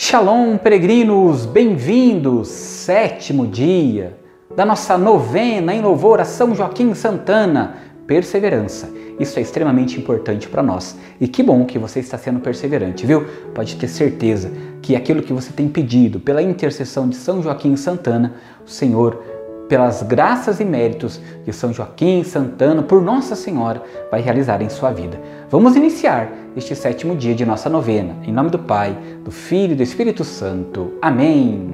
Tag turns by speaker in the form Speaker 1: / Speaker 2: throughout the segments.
Speaker 1: Shalom, peregrinos, bem-vindos! 7º dia da nossa novena em louvor a São Joaquim Santana. Perseverança. Isso é extremamente importante para nós. E que bom que você está sendo perseverante, viu? Pode ter certeza que aquilo que você tem pedido pela intercessão de São Joaquim Santana, o Senhor, pelas graças e méritos de São Joaquim Santana, por Nossa Senhora, vai realizar em sua vida. Vamos iniciar este 7º dia de nossa novena. Em nome do Pai, do Filho e do Espírito Santo. Amém.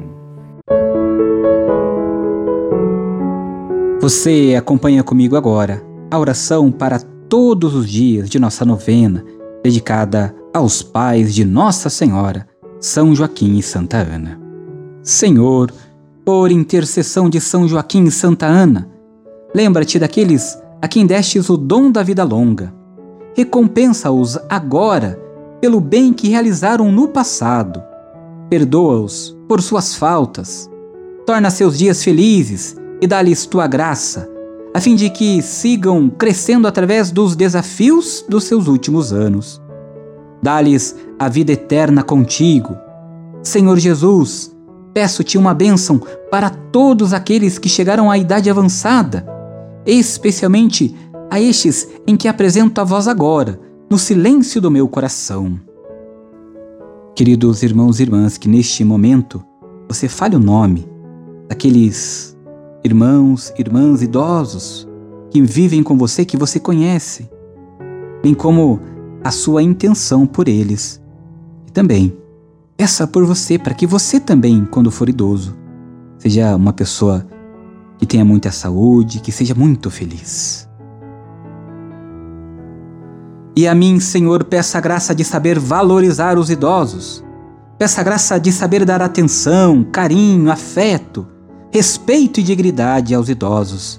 Speaker 1: Você acompanha comigo agora a oração para todos os dias de nossa novena, dedicada aos pais de Nossa Senhora, São Joaquim e Santa Ana. Senhor, por intercessão de São Joaquim e Santa Ana, lembra-te daqueles a quem destes o dom da vida longa. Recompensa-os agora pelo bem que realizaram no passado. Perdoa-os por suas faltas. Torna seus dias felizes e dá-lhes tua graça, a fim de que sigam crescendo através dos desafios dos seus últimos anos. Dá-lhes a vida eterna contigo. Senhor Jesus, peço-te uma bênção para todos aqueles que chegaram à idade avançada, especialmente a estes em que apresento a vós agora, no silêncio do meu coração. Queridos irmãos e irmãs, que neste momento você fale o nome daqueles irmãos, irmãs idosos que vivem com você, que você conhece, bem como a sua intenção por eles. E também peça por você, para que você também, quando for idoso, seja uma pessoa que tenha muita saúde, que seja muito feliz. E a mim, Senhor, peça a graça de saber valorizar os idosos. Peça a graça de saber dar atenção, carinho, afeto, respeito e dignidade aos idosos.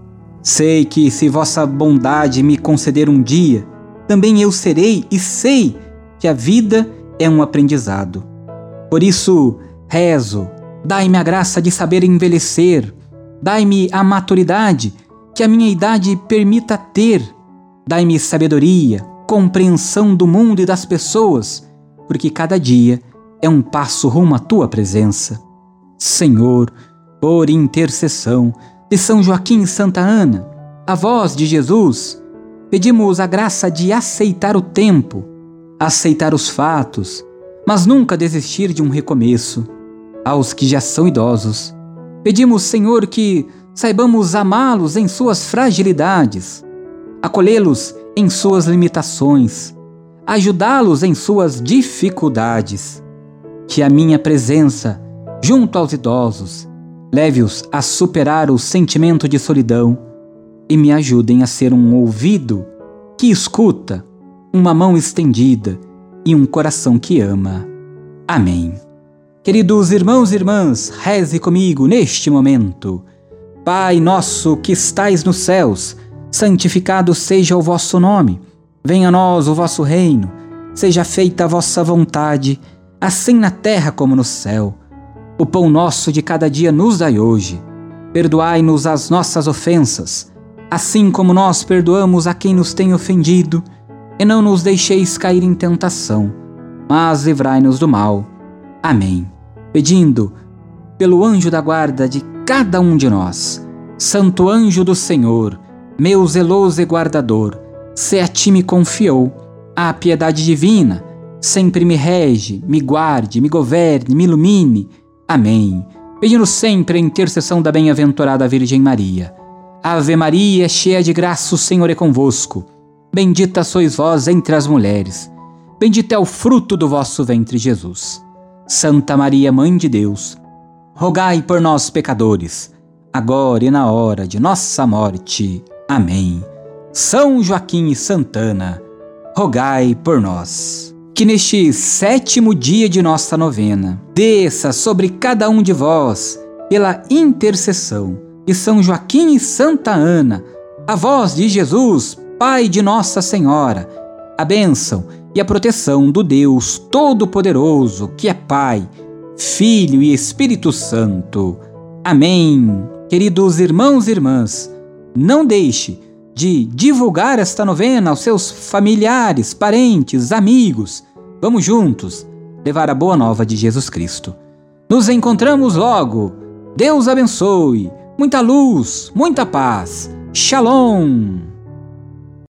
Speaker 1: Sei que se vossa bondade me conceder um dia, também eu serei e sei que a vida é um aprendizado. Por isso, rezo, dai-me a graça de saber envelhecer, dai-me a maturidade que a minha idade permita ter, dai-me sabedoria, compreensão do mundo e das pessoas, porque cada dia é um passo rumo à tua presença. Senhor, por intercessão de São Joaquim e Santa Ana, avós de Jesus, pedimos a graça de aceitar o tempo, aceitar os fatos, mas nunca desistir de um recomeço. Aos que já são idosos, pedimos, Senhor, que saibamos amá-los em suas fragilidades, acolhê-los em suas limitações, ajudá-los em suas dificuldades. Que a minha presença junto aos idosos leve-os a superar o sentimento de solidão e me ajudem a ser um ouvido que escuta, uma mão estendida e um coração que ama. Amém. Queridos irmãos e irmãs, reze comigo neste momento. Pai nosso que estais nos céus, santificado seja o vosso nome. Venha a nós o vosso reino. Seja feita a vossa vontade, assim na terra como no céu. O pão nosso de cada dia nos dai hoje. Perdoai-nos as nossas ofensas, assim como nós perdoamos a quem nos tem ofendido. E não nos deixeis cair em tentação, mas livrai-nos do mal. Amém. Pedindo pelo anjo da guarda de cada um de nós. Santo anjo do Senhor, meu zeloso e guardador, se a ti me confiou a piedade divina, sempre me rege, me guarde, me governe, me ilumine. Amém. Pedindo sempre a intercessão da bem-aventurada Virgem Maria. Ave Maria, cheia de graça, o Senhor é convosco. Bendita sois vós entre as mulheres. Bendito é o fruto do vosso ventre, Jesus. Santa Maria, Mãe de Deus, rogai por nós, pecadores, agora e na hora de nossa morte. Amém. São Joaquim e Santana, rogai por nós. Que neste 7º dia de nossa novena, desça sobre cada um de vós, pela intercessão de São Joaquim e Santa Ana, avós de Jesus, Pai de Nossa Senhora, a bênção e a proteção do Deus Todo-Poderoso, que é Pai, Filho e Espírito Santo. Amém. Queridos irmãos e irmãs, não deixe de divulgar esta novena aos seus familiares, parentes, amigos. Vamos juntos levar a boa nova de Jesus Cristo. Nos encontramos logo. Deus abençoe. Muita luz, muita paz. Shalom!